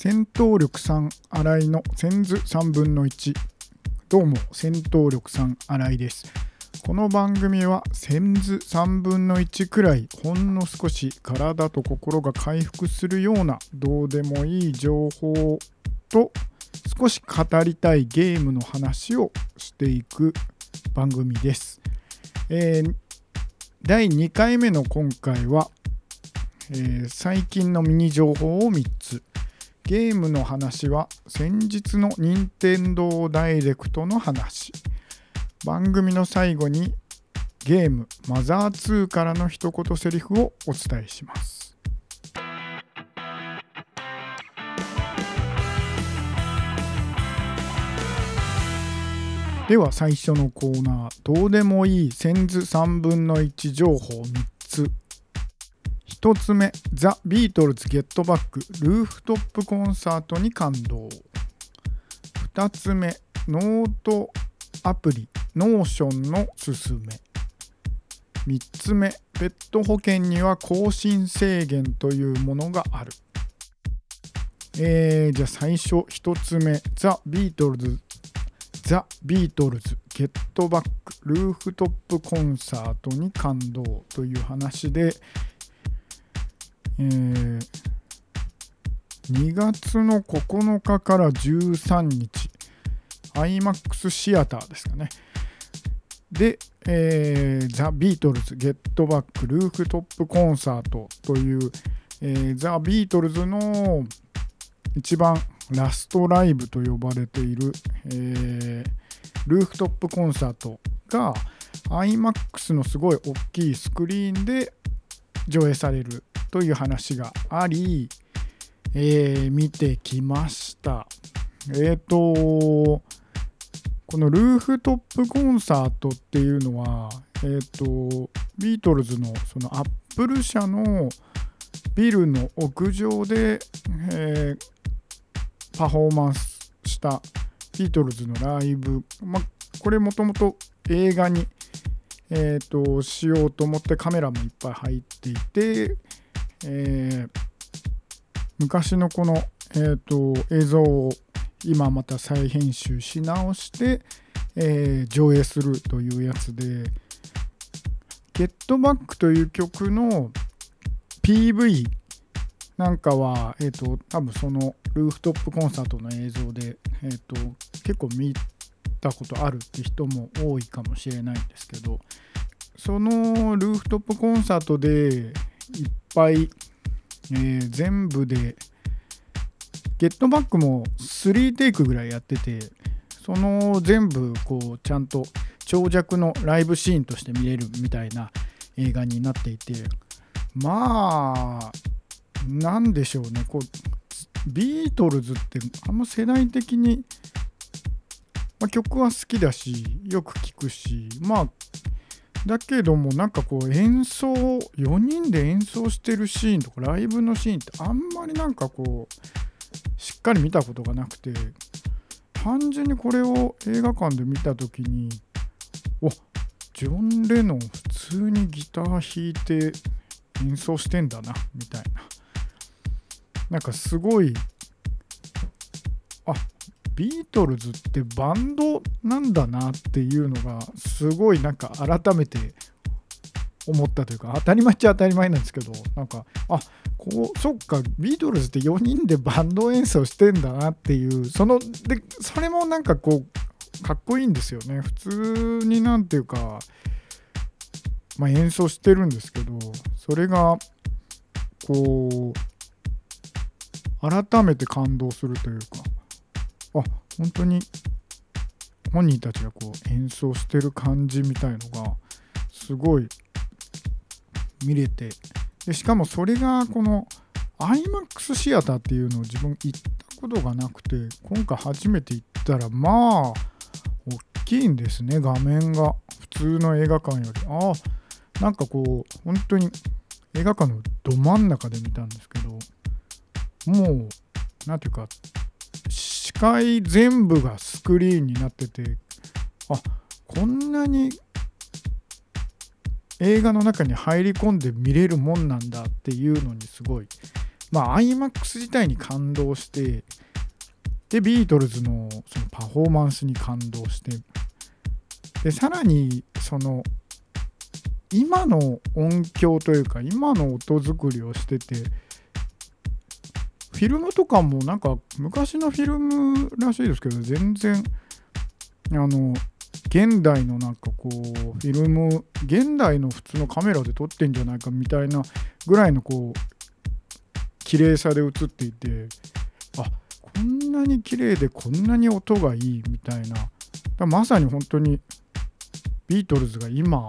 戦闘力3新井の戦図3分の1。どうも戦闘力3新井です。この番組は戦図3分の1くらいほんの少し体と心が回復するようなどうでもいい情報と少し語りたいゲームの話をしていく番組です。第2回目の今回は、最近のミニ情報を3つ。ゲームの話は先日の任天堂ダイレクトの話。番組の最後にゲームマザー2からの一言セリフをお伝えします。では最初のコーナー、どうでもいい戦図3分の1情報3つ。1つ目、ザ・ビートルズ・ゲットバックルーフトップコンサートに感動。2つ目、ノートアプリノーションのすすめ。3つ目、ペット保険には更新制限というものがある。じゃあ最初1つ目、ザ・ビートルズゲットバックルーフトップコンサートに感動という話で、2月の9日から13日 IMAX シアターですかねで、ザ・ビートルズゲットバックルーフトップコンサートという、ザ・ビートルズの一番ラストライブと呼ばれている、ルーフトップコンサートが IMAX のすごい大きいスクリーンで上映されるという話があり、見てきました。このルーフトップコンサートっていうのは、ビートルズのそのアップル社のビルの屋上で、パフォーマンスしたビートルズのライブ、これもともと映画に、しようと思ってカメラもいっぱい入っていて、昔のこの、映像を今また再編集し直して、上映するというやつで、ゲットバックという曲の PV なんかは、多分そのルーフトップコンサートの映像で、結構見たことあるって人も多いかもしれないんですけど、そのルーフトップコンサートでいっぱい、全部でゲットバックも3テイクぐらいやってて、その全部こうちゃんと長尺のライブシーンとして見れるみたいな映画になっていて、なんでしょうね、こうビートルズって世代的に、曲は好きだしよく聞くし、だけどもなんかこう演奏4人で演奏してるシーンとかライブのシーンってあんまりなんかこうしっかり見たことがなくて、単純にこれを映画館で見た時に、ジョン・レノン普通にギター弾いて演奏してんだなみたいな、なんかすごい、ビートルズってバンドなんだなっていうのがすごいなんか改めて思ったというか、当たり前っちゃ当たり前なんですけど、なんかそっか、ビートルズって4人でバンド演奏してんだなっていう、それもなんかこうかっこいいんですよね。普通になんていうか、演奏してるんですけど、それがこう改めて感動するというか、本当に本人たちがこう演奏してる感じみたいのがすごい見れて、でしかもそれがこの IMAX シアターっていうのを自分行ったことがなくて、今回初めて行ったら大きいんですね、画面が普通の映画館より。なんかこう本当に映画館のど真ん中で見たんですけど、もうなんていうか視界全部がスクリーンになってて、こんなに映画の中に入り込んで見れるもんなんだっていうのにすごい IMAX 自体に感動して、でビートルズのそのパフォーマンスに感動して、でさらにその今の音響というか今の音作りをしてて、フィルムとかもなんか昔のフィルムらしいですけど、全然現代のなんかこうフィルム、現代の普通のカメラで撮ってんじゃないかみたいなぐらいのこう綺麗さで映っていて、こんなに綺麗でこんなに音がいいみたいな、まさに本当にビートルズが今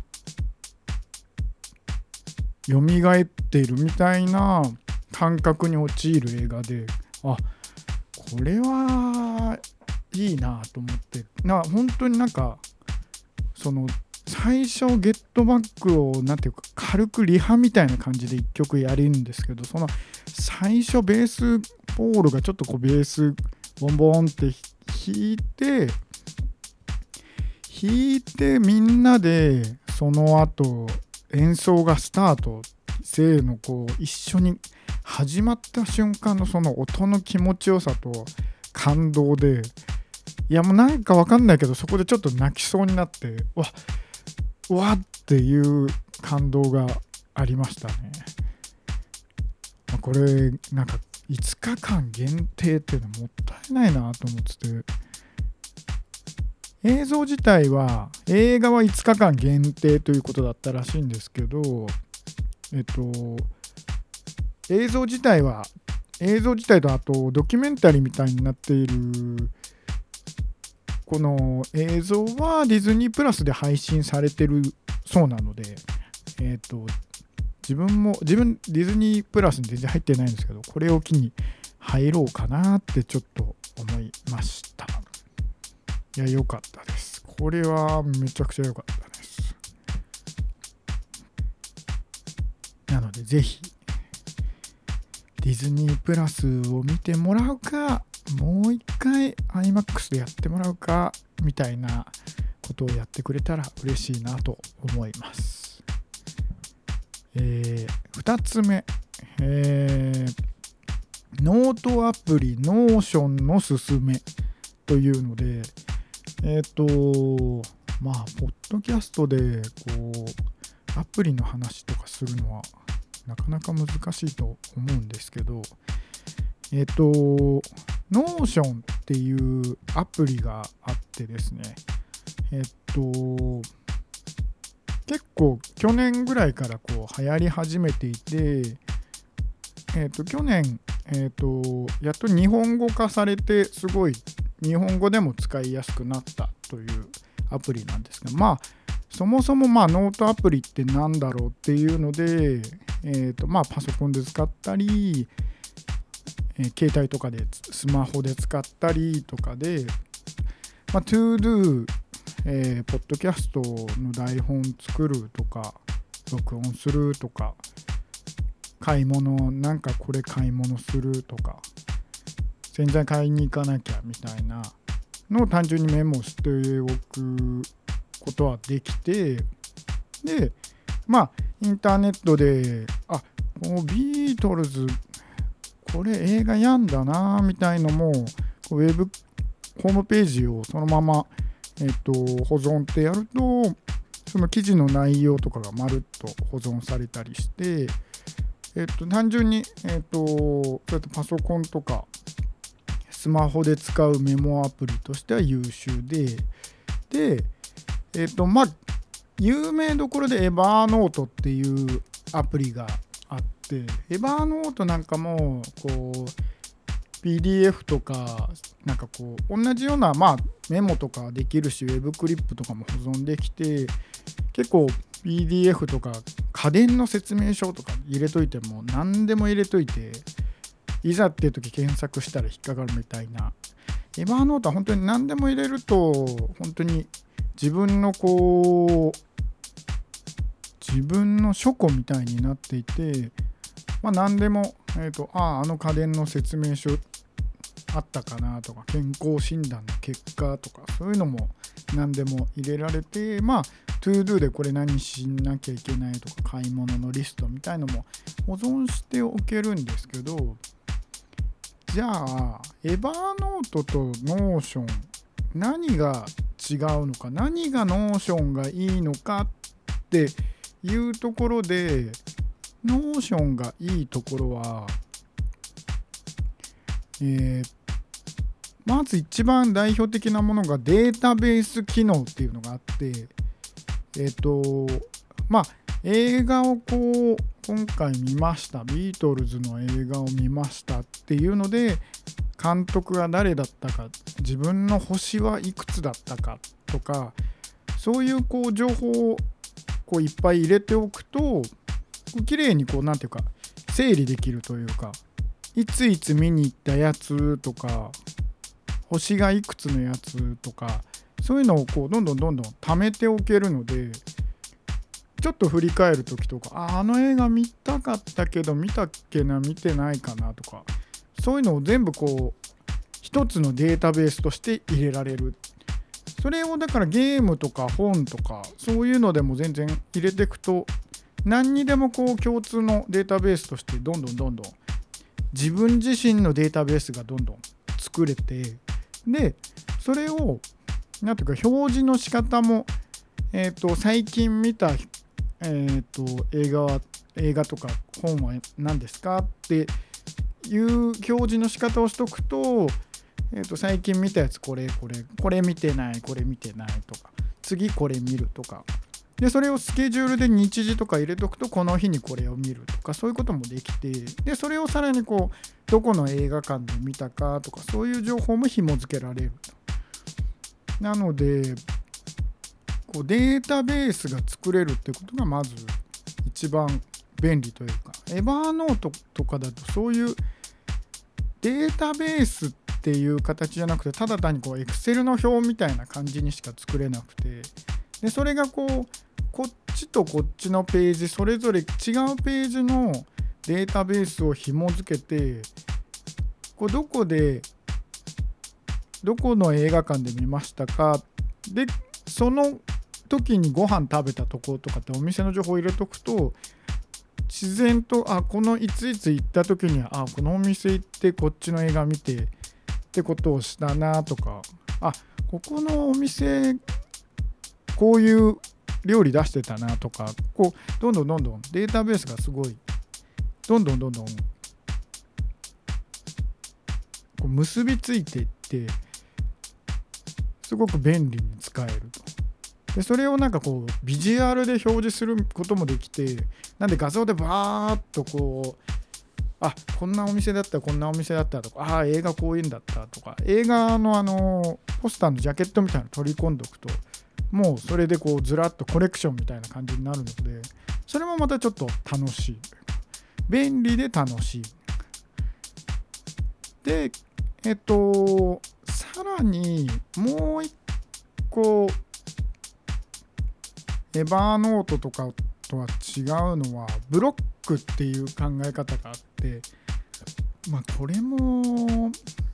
蘇っているみたいな感覚に陥る映画で、これはいいなと思って、本当になんかその最初ゲットバックをなんていうか軽くリハみたいな感じで1曲やるんですけど、その最初ベースボールがちょっとこうベースボンボンって弾いてみんなでその後演奏がスタート、せーのこう一緒に始まった瞬間のその音の気持ちよさと感動で、もうなんかわかんないけどそこでちょっと泣きそうになって、うわっていう感動がありましたね。これなんか5日間限定っていうのはもったいないなと思ってて、映像自体は映画は5日間限定ということだったらしいんですけど、映像自体とあとドキュメンタリーみたいになっているこの映像はディズニープラスで配信されてるそうなので、自分ディズニープラスに全然入ってないんですけど、これを機に入ろうかなってちょっと思いました。良かったです。これはめちゃくちゃ良かったです。なのでぜひディズニープラスを見てもらうか、もう一回 IMAX でやってもらうかみたいなことをやってくれたら嬉しいなと思います。2つ目、ノートアプリ Notion のすすめというので、ポッドキャストでこうアプリの話とかするのはなかなか難しいと思うんですけど、Notion っていうアプリがあってですね、結構去年ぐらいからこう流行り始めていて、去年、やっと日本語化されて、すごい日本語でも使いやすくなったというアプリなんですが、そもそもノートアプリってなんだろうっていうので、パソコンで使ったり、携帯とかでスマホで使ったりとかで、ToDo、ポッドキャストの台本作るとか録音するとか、買い物なんかこれ買い物するとか、洗剤買いに行かなきゃみたいなのを単純にメモしておくことはできて、でインターネットでこのビートルズこれ映画やんだなみたいのもウェブホームページをそのまま、保存ってやると、その記事の内容とかがまるっと保存されたりして、単純に、そうやってパソコンとかスマホで使うメモアプリとしては優秀で、有名どころでエバーノートっていうアプリがあって、エバーノートなんかもこう PDF とかなんかこう同じようなメモとかできるし、ウェブクリップとかも保存できて、結構 PDF とか家電の説明書とか入れといても何でも入れといて、いざっていう時検索したら引っかかるみたいな。エバーノートは本当に何でも入れると、本当に自分の書庫みたいになっていて、何でも、あの家電の説明書あったかなとか、健康診断の結果とか、そういうのも何でも入れられて、 トゥードゥでこれ何しなきゃいけないとか、買い物のリストみたいのも保存しておけるんですけど、じゃあエヴァーノートとノーション何が違うのか、何がノーションがいいのかっていうところで、ノーションがいいところは、まず一番代表的なものがデータベース機能っていうのがあって、映画を今回見ました、ビートルズの映画を見ましたっていうので、監督が誰だったか、自分の星はいくつだったかとか、そういう情報をいっぱい入れておくと、綺麗になんていうか整理できるというか、いついつ見に行ったやつとか、星がいくつのやつとか、そういうのをどんどん貯めておけるので、ちょっと振り返るときとか、あの映画見たかったけど見たっけな、見てないかなとか、そういうのを全部一つのデータベースとして入れられる。それをだからゲームとか本とかそういうのでも全然入れていくと、何にでも共通のデータベースとしてどんどん自分自身のデータベースがどんどん作れて、でそれをなんていうか表示の仕方も、最近見た、映画とか本は何ですかっていう表示の仕方をしとくと、最近見たやつこれ見てないとか、次これ見るとかで、それをスケジュールで日時とか入れとくと、この日にこれを見るとか、そういうこともできて、でそれをさらにどこの映画館で見たかとか、そういう情報も紐付けられると。なのでデータベースが作れるってことがまず一番便利というか、エヴァーノートとかだとそういうデータベースっていう形じゃなくて、ただ単にExcel の表みたいな感じにしか作れなくて、でそれがこっちとこっちのページ、それぞれ違うページのデータベースを紐付けて、どこの映画館で見ましたか、でその時にご飯食べたところとかってお店の情報を入れとくと、自然とこのいついつ行った時にはこのお店行ってこっちの映画見てってことをしたなとか、ここのお店こういう料理出してたなとか、どんどんデータベースがすごいどんどん結びついていって、すごく便利に使えると。でそれをビジュアルで表示することもできて、なんで画像でバーっとこんなお店だったとか、映画こういうんだったとか、映画のポスターのジャケットみたいなの取り込んでおくと、もうそれでずらっとコレクションみたいな感じになるので、それもまたちょっと楽しい、便利で楽しい。でさらにもう一個エヴァーノートとかとは違うのは、ブロックっていう考え方があって、これも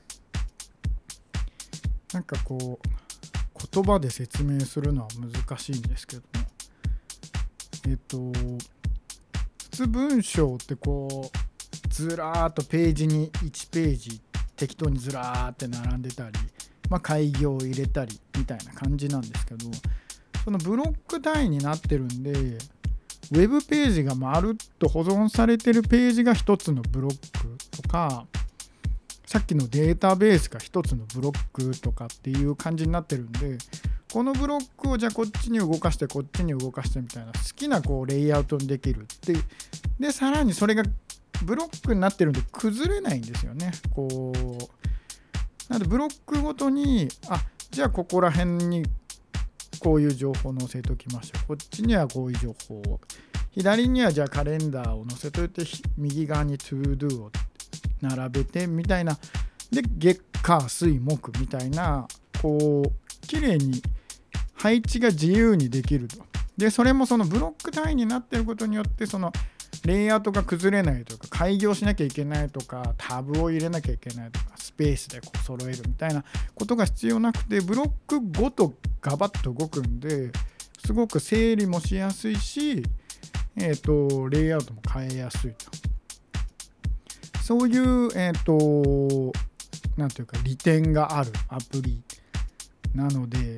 言葉で説明するのは難しいんですけども、普通文章ってずらーっとページに1ページ適当にずらーって並んでたり、開業を入れたりみたいな感じなんですけど、そのブロック単位になってるんで、ウェブページがまるっと保存されてるページが一つのブロックとか、さっきのデータベースが一つのブロックとかっていう感じになってるんで、このブロックをじゃあこっちに動かしてこっちに動かしてみたいな好きなレイアウトにできるって、でさらにそれがブロックになってるんで崩れないんですよね。なのでブロックごとにじゃあここら辺にこういう情報を載せておきましょう、こっちにはこういう情報を、左にはじゃあカレンダーを載せておいて、右側に ToDo を並べてみたいな、で月火水木みたいな綺麗に配置が自由にできると。でそれもそのブロック単位になっていることによって、そのレイアウトが崩れないというか、開業しなきゃいけないとか、タブを入れなきゃいけないとか、スペースで揃えるみたいなことが必要なくて、ブロックごとガバッと動くんで、 すごく整理もしやすいし、レイアウトも変えやすいと。そういう、なんていうか利点があるアプリなので、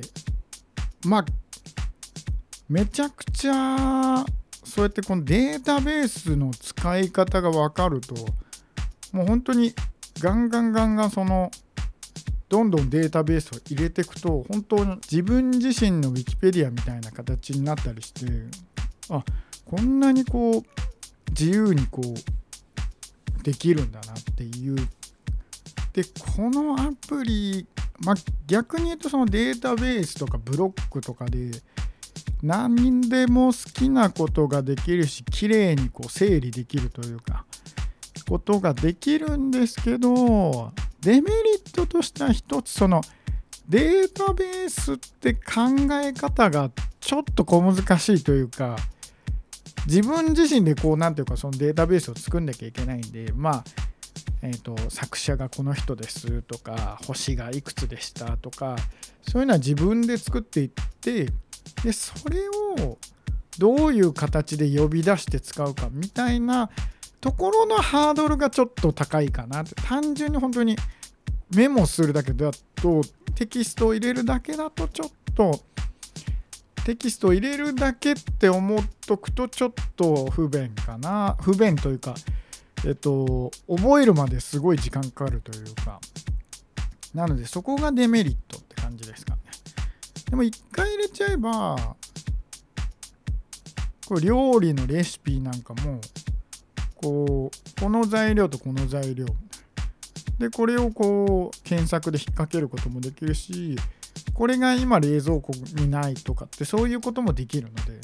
めちゃくちゃそうやってこのデータベースの使い方が分かると、もう本当にガンガンどんどんデータベースを入れていくと、本当に自分自身のウィキペディアみたいな形になったりして、こんなに自由にできるんだなっていう。でこのアプリ、逆に言うとそのデータベースとかブロックとかで何でも好きなことができるし、綺麗に整理できるというかことができるんですけど、デメリットとしては一つ、そのデータベースって考え方がちょっと小難しいというか、自分自身でなんていうかそのデータベースを作んなきゃいけないんで、作者がこの人ですとか、星がいくつでしたとか、そういうのは自分で作っていって、でそれをどういう形で呼び出して使うかみたいなところのハードルがちょっと高いかなって。単純に本当にメモするだけだと、テキストを入れるだけだとちょっと、テキストを入れるだけって思っとくとちょっと不便かな。不便というか、覚えるまですごい時間かかるというか、なのでそこがデメリットって感じですかね。でも一回入れちゃえば、料理のレシピなんかもこの材料とこの材料で、これを検索で引っ掛けることもできるし、これが今冷蔵庫にないとかってそういうこともできるので、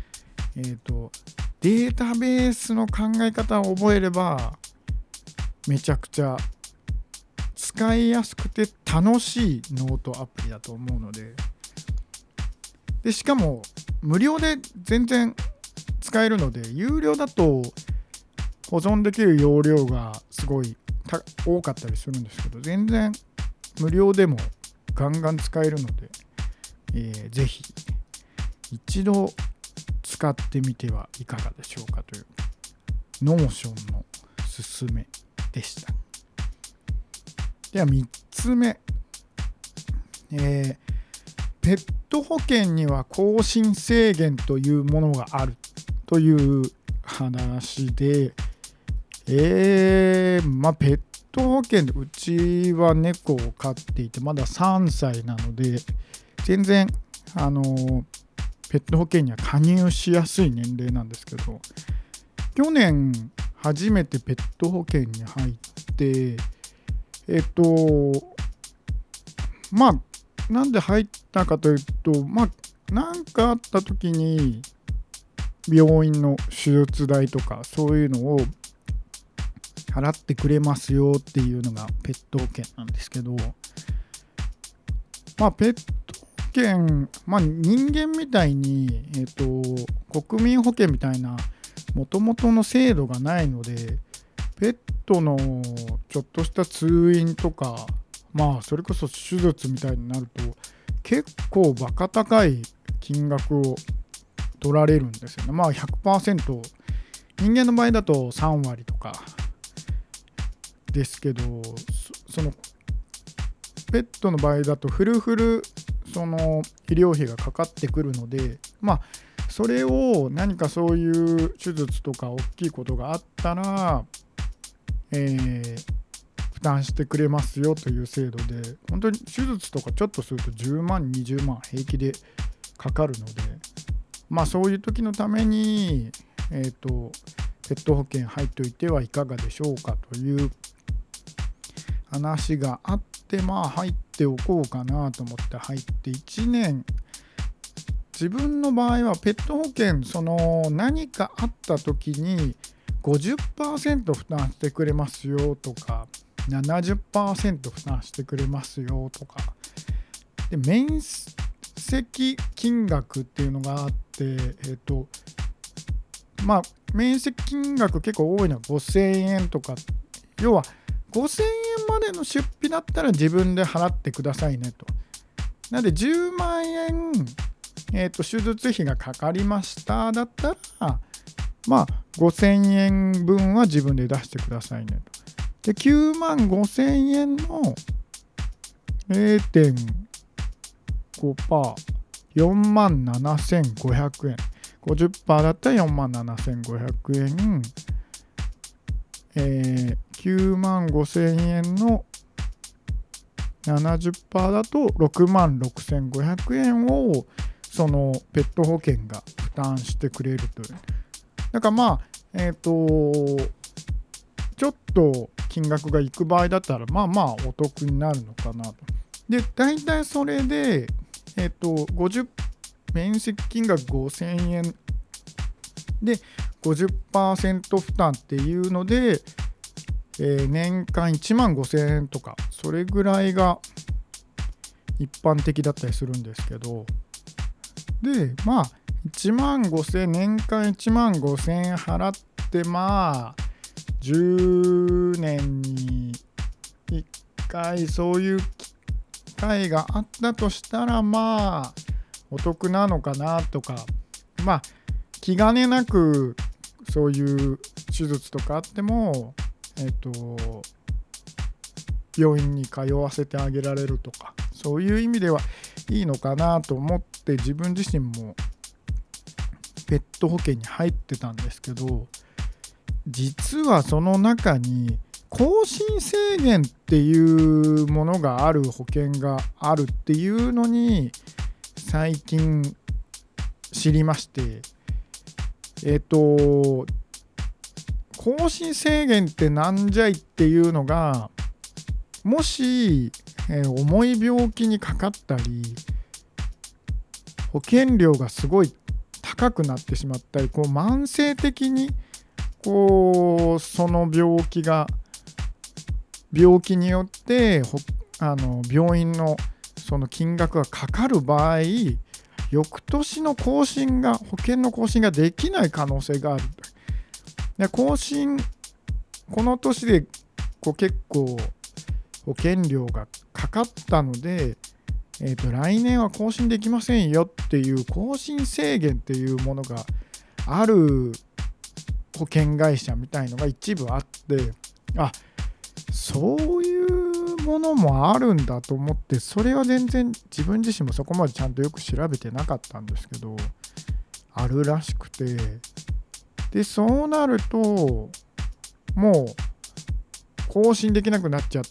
データベースの考え方を覚えればめちゃくちゃ使いやすくて楽しいノートアプリだと思うので、しかも無料で全然使えるので、有料だと保存できる容量がすごい多かったりするんですけど、全然無料でもガンガン使えるので、ぜひ一度使ってみてはいかがでしょうかというノーションのすすめでした。では3つ目、ペット保険には更新制限というものがあるという話で、ペット保険で、うちは猫を飼っていてまだ3歳なので、全然ペット保険には加入しやすい年齢なんですけど、去年初めてペット保険に入って、なんで入ったかというと、なんかあった時に病院の手術代とかそういうのを払ってくれますよっていうのがペット保険なんですけど、ペット保険、人間みたいに、国民保険みたいな元々の制度がないので、ペットのちょっとした通院とか、それこそ手術みたいになると結構バカ高い金額を取られるんですよね。100%、人間の場合だと3割とかですけど、そのペットの場合だとフルその医療費がかかってくるので、それを何かそういう手術とか大きいことがあったら、負担してくれますよという制度で、本当に手術とかちょっとすると10万20万平気でかかるので、そういう時のために、ペット保険入っておいてはいかがでしょうかという話があって、入っておこうかなと思って入って1年、自分の場合はペット保険、何かあった時に 50% 負担してくれますよとか 70% 負担してくれますよとかで、面積金額っていうのがあって、面積金額結構多いのは5000円とか、要は5000円までの出費だったら自分で払ってくださいねと。なので10万円手術費がかかりましただったら、まあ5000円分は自分で出してくださいねと。で、9万5000円の 0.5%、47,500円。50% だったら47,500円。9万5000円の 70% だと66,500円をそのペット保険が負担してくれるという。だからまあ、ちょっと金額がいく場合だったらまあまあお得になるのかなと。で、大体それで、面積金額5000円で 50% 負担っていうので、年間1万5000円とかそれぐらいが一般的だったりするんですけど、でまあ1万5000年間1万5000円払ってまあ10年に1回そういう機会があったとしたらまあお得なのかなとか、まあ気兼ねなくそういう手術とかあっても病院に通わせてあげられるとか、そういう意味ではいいのかなと思って自分自身もペット保険に入ってたんですけど、実はその中に更新制限っていうものがある保険があるっていうのに最近知りまして、更新制限ってなんじゃいっていうのが、もし、重い病気にかかったり保険料がすごい高くなってしまったり、こう慢性的にこうその病気によって病院のその金額がかかる場合、翌年の保険の更新ができない可能性がある。で、この年で結構保険料がかかったので、来年は更新できませんよっていう更新制限っていうものがある保険会社みたいのが一部あって、そういうものもあるんだと思って、それは全然自分自身もそこまでちゃんとよく調べてなかったんですけど、あるらしくて、でそうなるともう更新できなくなっちゃって、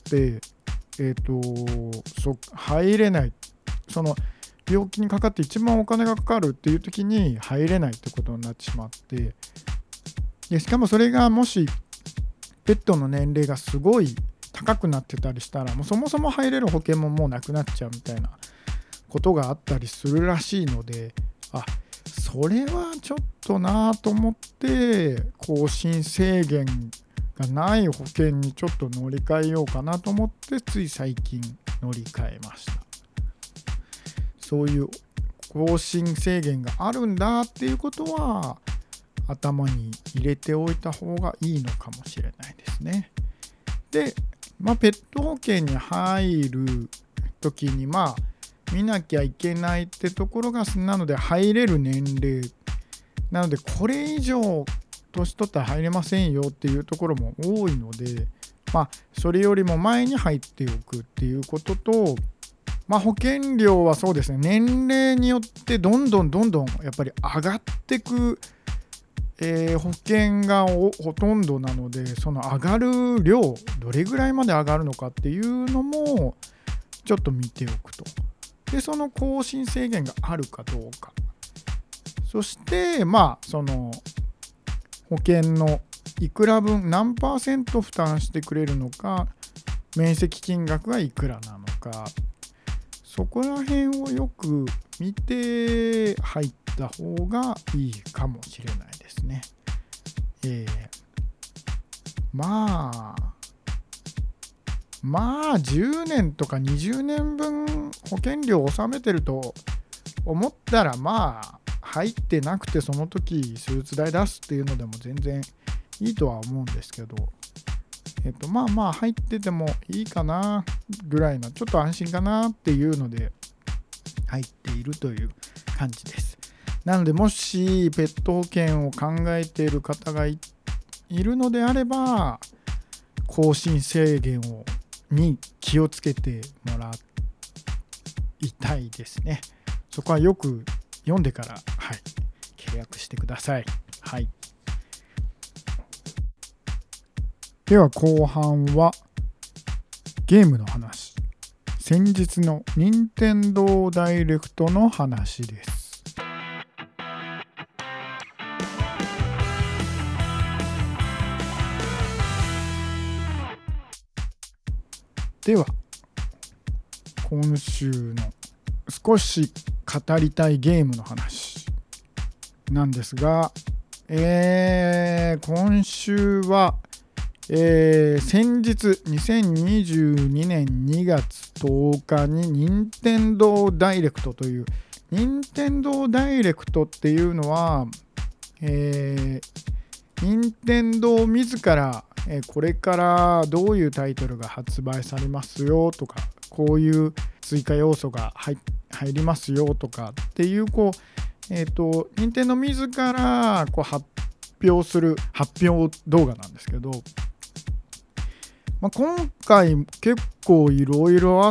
入れない、その病気にかかって一番お金がかかるっていう時に入れないってことになってしまって、でしかもそれがもしペットの年齢がすごい高くなってたりしたら、もうそもそも入れる保険ももうなくなっちゃうみたいなことがあったりするらしいので、それはちょっとなと思って更新制限がない保険にちょっと乗り換えようかなと思ってつい最近乗り換えました。そういう更新制限があるんだっていうことは頭に入れておいた方がいいのかもしれないですね。で、ペット保険に入る時に見なきゃいけないってところが、なので入れる年齢なので、これ以上年取ったら入れませんよっていうところも多いので、それよりも前に入っておくっていうことと、保険料はそうですね、年齢によってどんどんやっぱり上がってく、保険がほとんどなので、その上がる量どれぐらいまで上がるのかっていうのもちょっと見ておくと。で、その更新制限があるかどうか、そしてその保険のいくら分何%負担してくれるのか、面積金額がいくらなのか、そこら辺をよく見て入った方がいいかもしれないですね。10年とか20年分保険料を納めてると思ったら、入ってなくてその時手術代出すっていうのでも全然いいとは思うんですけど、入っててもいいかなぐらいの、ちょっと安心かなっていうので入っているという感じです。なのでもしペット保険を考えている方が いるのであれば、更新制限に気をつけてもらいたいですね。そこはよく読んでから、契約してください。では後半はゲームの話。先日の任天堂ダイレクトの話です。では今週の少し語りたいゲームの話なんですが、今週は、先日2022年2月10日に任天堂ダイレクトという、任天堂ダイレクトっていうのは、任天堂自ら、これからどういうタイトルが発売されますよとか、こういう追加要素が入りますよとかっていう、任天堂自ら発表する発表動画なんですけど、今回結構いろいろあって、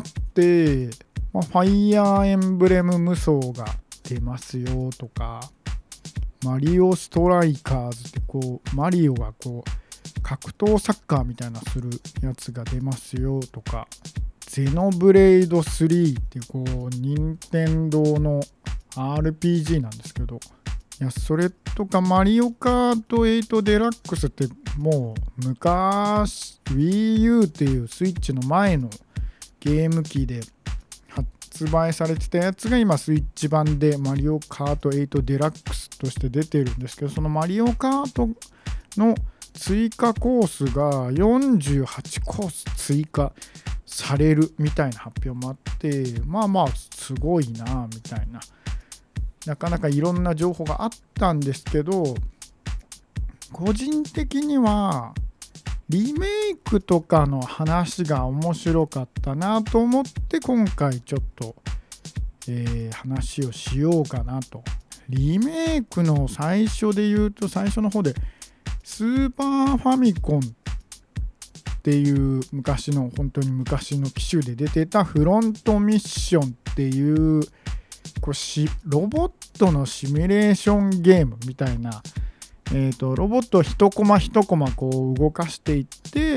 ファイヤーエンブレム無双が出ますよとか、マリオストライカーズってマリオが格闘サッカーみたいなするやつが出ますよとか、ゼノブレイド3っていう任天堂の RPG なんですけど、それとかマリオカート8デラックスってもう昔 Wii U っていうスイッチの前のゲーム機で発売されてたやつが今スイッチ版でマリオカート8デラックスとして出てるんですけど、そのマリオカートの追加コースが48コース追加されるみたいな発表もあって、すごいなみたいな、なかなかいろんな情報があったんですけど、個人的にはリメイクとかの話が面白かったなと思って今回ちょっと、話をしようかなと。リメイクの最初で言うと、最初の方でスーパーファミコンっていう本当に昔の機種で出てたフロントミッションっていうロボットのシミュレーションゲームみたいな、ロボットを一コマ一コマ動かしていって、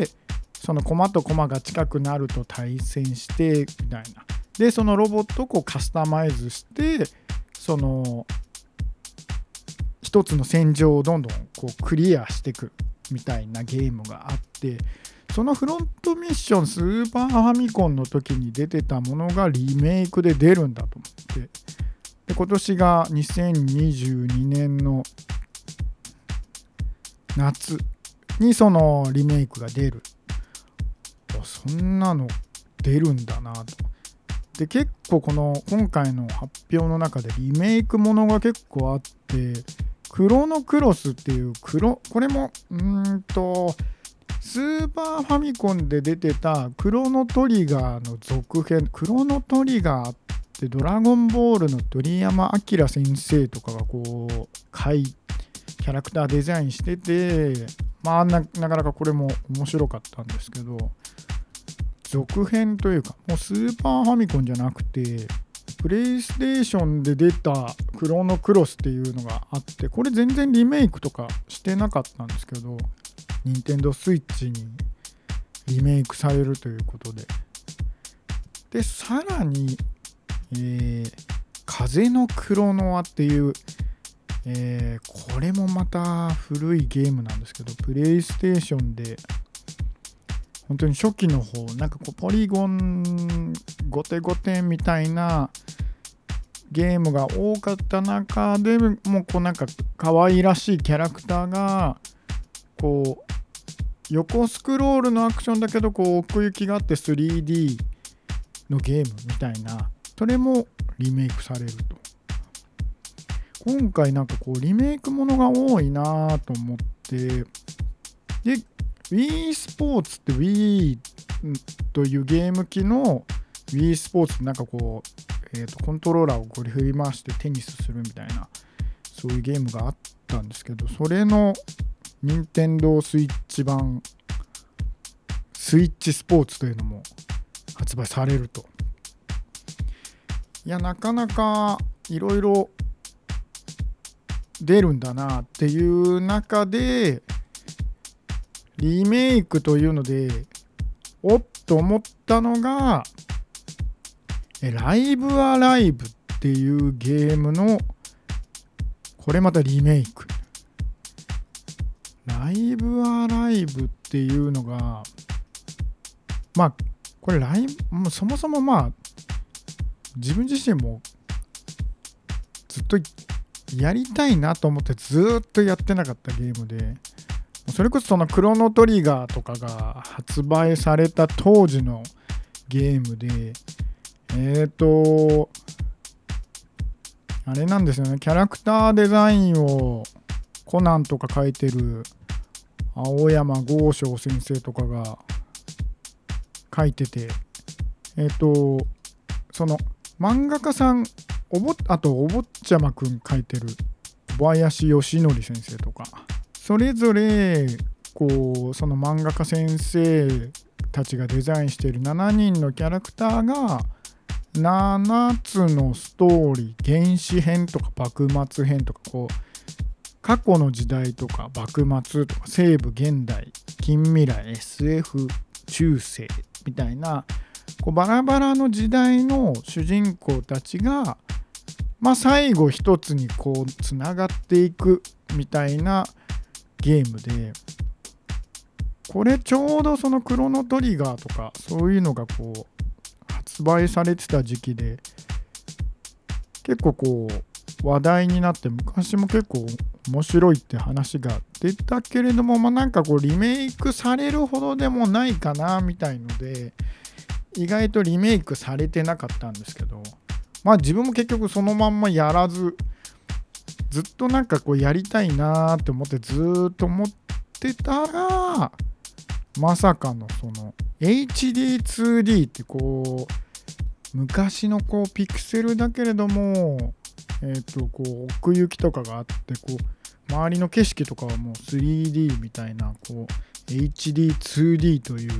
そのコマとコマが近くなると対戦してみたいな。でそのロボットをカスタマイズして、その一つの戦場をどんどんクリアしていくみたいなゲームがあって、そのフロントミッションスーパーファミコンの時に出てたものがリメイクで出るんだと思って、で今年が2022年の夏にそのリメイクが出る。そんなの出るんだなと。で結構今回の発表の中でリメイクものが結構あって、クロノクロスっていうこれもスーパーファミコンで出てたクロノトリガーの続編、クロノトリガーってドラゴンボールの鳥山明先生とかがキャラクターデザインしてて、なかなかこれも面白かったんですけど、続編というかもうスーパーファミコンじゃなくてプレイステーションで出たクロノクロスっていうのがあって、これ全然リメイクとかしてなかったんですけど、任天堂スイッチにリメイクされるということで、さらに、風のクロノアっていう、これもまた古いゲームなんですけど、プレイステーションで本当に初期の方、ポリゴンゴテゴテみたいなゲームが多かった中でも可愛らしいキャラクターが横スクロールのアクションだけど奥行きがあって 3D のゲームみたいな、それもリメイクされると。今回リメイクものが多いなと思って、でWii スポーツって Wii というゲーム機の Wii スポーツコントローラーをこれ振り回してテニスするみたいな、そういうゲームがあったんですけど、それの任天堂スイッチ版スイッチスポーツというのも発売されると。いや、なかなかいろいろ出るんだなっていう中で、リメイクというのでおっと思ったのがライブアライブっていうゲームのこれまたリメイク。ライブアライブっていうのがまあこれもうそもそも自分自身もずっとやりたいなと思ってずっとやってなかったゲームで、それこそそのクロノトリガーとかが発売された当時のゲームで、あれなんですよね、キャラクターデザインをコナンとか書いてる青山剛昌先生とかが書いてて、その漫画家さんあとお坊ちゃまくん書いてる小林義則先生とか、それぞれこうその漫画家先生たちがデザインしている7人のキャラクターが7つのストーリー、原始編とか幕末編とか、こう過去の時代とか幕末とか西部現代近未来 SF 中世みたいなこうバラバラの時代の主人公たちが最後一つにこうつながっていくみたいなゲームで、これちょうどそのクロノトリガーとかそういうのがこう発売されてた時期で結構こう話題になって、昔も結構面白いって話が出たけれども、なんかこうリメイクされるほどでもないかなみたいので、意外とリメイクされてなかったんですけど、自分も結局そのまんまやらず、ずっとなんかこうやりたいなって思ってずっと思ってたら、まさかのその HD2D ってこう昔のこうピクセルだけれどもこう奥行きとかがあって、こう周りの景色とかはもう 3D みたいな、こう HD2D という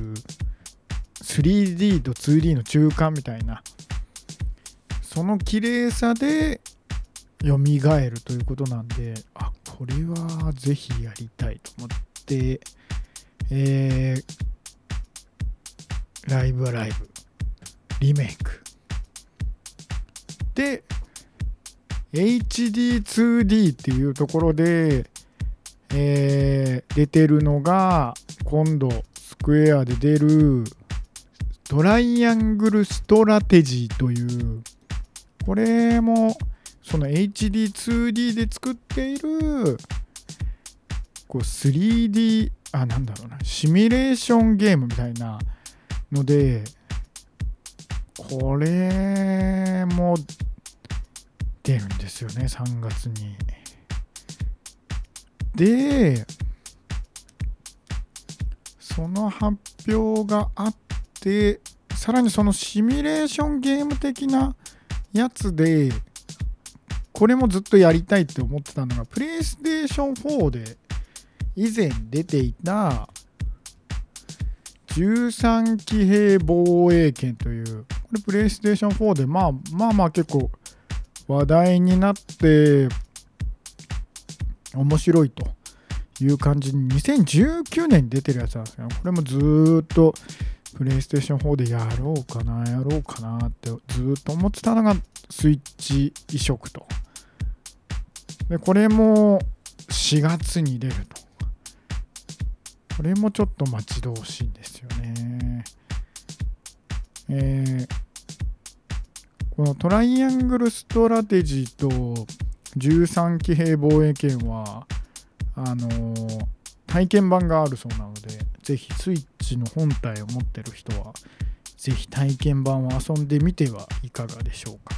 3D と 2D の中間みたいな、その綺麗さで蘇るということなんで、これはぜひやりたいと思って、ライブアライブリメイクで HD2D っていうところで、出てるのが今度スクエアで出るトライアングルストラテジーという、これもその HD2D で作っているこう 3D シミュレーションゲームみたいなので、これも出るんですよね、3月に。で、その発表があって、さらにそのシミュレーションゲーム的なやつで、これもずっとやりたいって思ってたのが、プレイステーション4で以前出ていた13騎兵防衛権という、これプレイステーション4で結構話題になって面白いという感じに2019年に出てるやつなんですけど、これもずっとプレイステーション4でやろうかなってずっと思ってたのがスイッチ移植と。でこれも4月に出ると。これもちょっと待ち遠しいんですよね。このトライアングルストラテジーと13騎兵防衛権は体験版があるそうなので、ぜひスイッチの本体を持ってる人はぜひ体験版を遊んでみてはいかがでしょうか。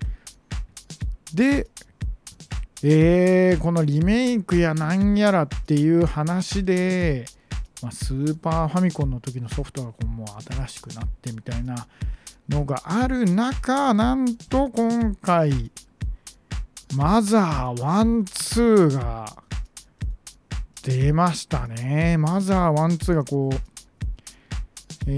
で、このリメイクやなんやらっていう話で、スーパーファミコンの時のソフトがもう新しくなってみたいなのがある中、なんと今回マザー1、2が出ましたね。マザー1、2がこう、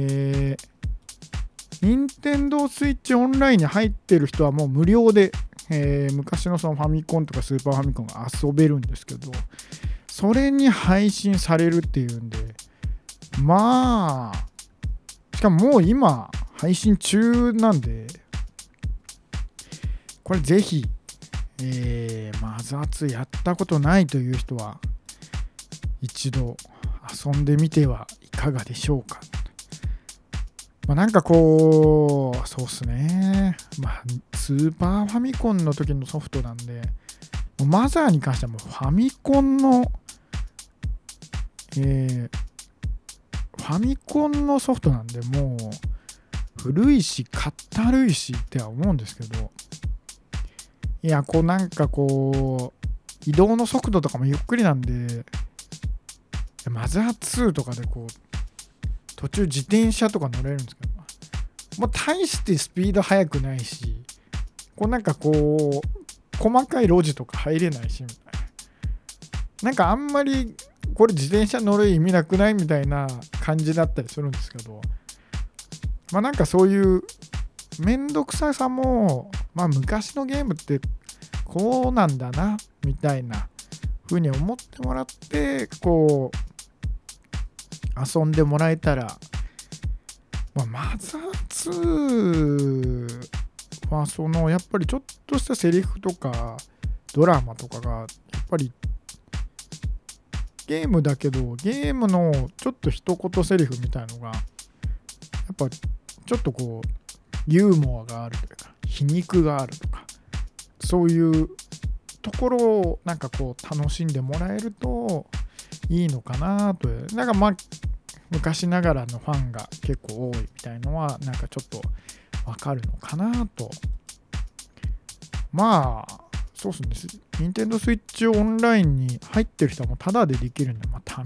任天堂スイッチオンラインに入ってる人はもう無料で、昔のそのファミコンとかスーパーファミコンが遊べるんですけど、それに配信されるっていうんで、まあしかももう今配信中なんで、これぜひ、マザー2やったことないという人は一度遊んでみてはいかがでしょうか。なんかこう、そうっすね。スーパーファミコンの時のソフトなんで、マザーに関してはもうファミコンの、ソフトなんで、もう古いし、かったるいしっては思うんですけど、いや、こうなんかこう、移動の速度とかもゆっくりなんで、マザー2とかでこう、途中自転車とか乗れるんですけど、もう大してスピード速くないし、こうなんかこう細かい路地とか入れないしみたいな、なんかあんまりこれ自転車乗る意味なくないみたいな感じだったりするんですけど、なんかそういうめんどくささも、昔のゲームってこうなんだなみたいな風に思ってもらって、こう遊んでもらえたら、マザー2はそのやっぱりちょっとしたセリフとかドラマとかがやっぱりゲームだけど、ゲームのちょっと一言セリフみたいのがやっぱちょっとこうユーモアがあるというか皮肉があるとか、そういうところをなんかこう楽しんでもらえるといいのかなと。なんか昔ながらのファンが結構多いみたいのはなんかちょっとわかるのかなと。そうですね。任天堂スイッチオンラインに入ってる人はもうタダでできるんで、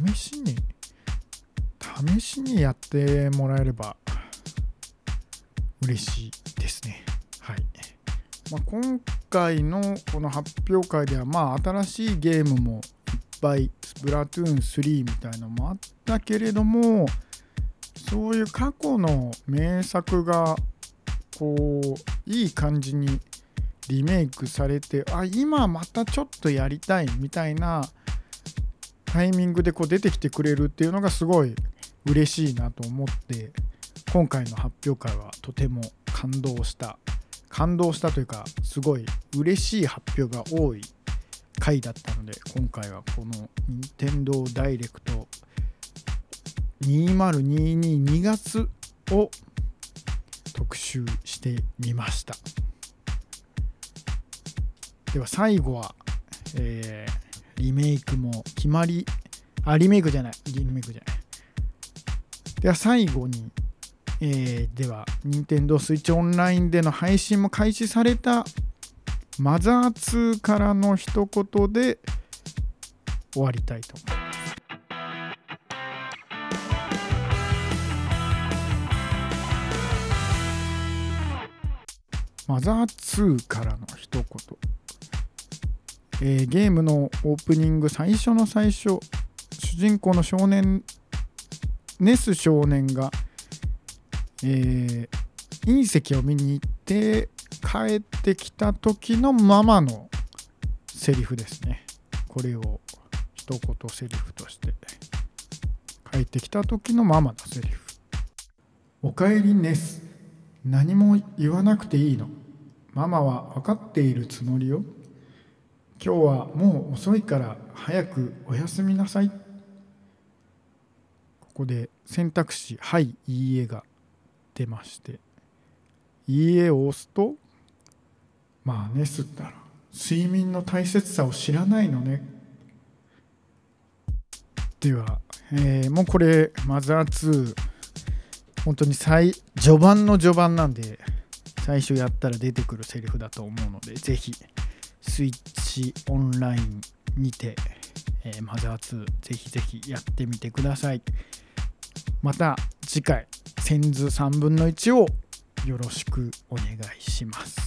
試しにやってもらえれば嬉しいですね。はい。今回のこの発表会では新しいゲームもいっぱい、スプラトゥーン3みたいなのもあったけれども、そういう過去の名作がこういい感じにリメイクされて、今またちょっとやりたいみたいなタイミングでこう出てきてくれるっていうのがすごい嬉しいなと思って、今回の発表会はとても感動したというか、すごい嬉しい発表が多い回だったので、今回はこの任天堂ダイレクト2022 2月を特集してみました。では最後は、リメイクも決まり、リメイクじゃない。では最後に、では任天堂スイッチオンラインでの配信も開始されたマザー2からの一言で終わりたいと思います。マザー2からの一言、ゲームのオープニング最初の最初、主人公の少年ネス少年が、隕石を見に行って帰ってきた時のママのセリフですね。これを一言セリフとして、帰ってきた時のママのセリフ。おかえりネス、何も言わなくていいの。ママは分かっているつもりよ。今日はもう遅いから早くおやすみなさい。ここで選択肢はい、いいえが出まして、いいえを押すと、ネスったら睡眠の大切さを知らないのね。では、もうこれマザー2本当に序盤の序盤なんで、最初やったら出てくるセリフだと思うので、ぜひスイッチオンラインにて、マザー2ぜひぜひやってみてください。また次回センズ3分の1をよろしくお願いします。